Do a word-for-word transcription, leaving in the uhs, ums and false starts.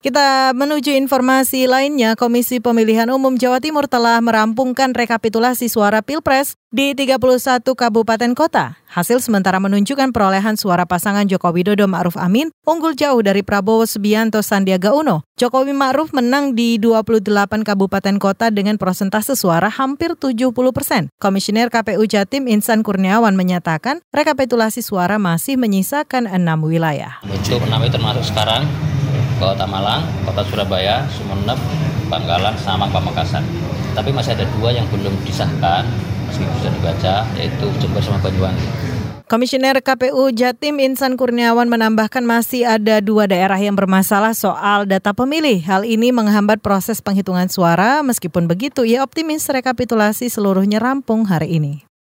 Kita menuju informasi lainnya, Komisi Pemilihan Umum Jawa Timur telah merampungkan rekapitulasi suara Pilpres di tiga puluh satu kabupaten kota. Hasil sementara menunjukkan perolehan suara pasangan Joko Widodo Ma'ruf Amin unggul jauh dari Prabowo Subianto Sandiaga Uno. Jokowi Ma'ruf menang di dua puluh delapan kabupaten kota dengan persentase suara hampir tujuh puluh persen. Komisioner K P U Jatim Insan Kurniawan menyatakan rekapitulasi suara masih menyisakan enam wilayah. Untuk enam itu termasuk sekarang Kota Malang, Kota Surabaya, Sumeneb, Bangkalan, Samang, Pamekasan. Tapi masih ada dua yang belum disahkan, masih bisa dibaca, yaitu Jember sama Banyuwangi. Komisioner K P U Jatim Insan Kurniawan menambahkan masih ada dua daerah yang bermasalah soal data pemilih. Hal ini menghambat proses penghitungan suara. Meskipun begitu, ia optimis rekapitulasi seluruhnya rampung hari ini.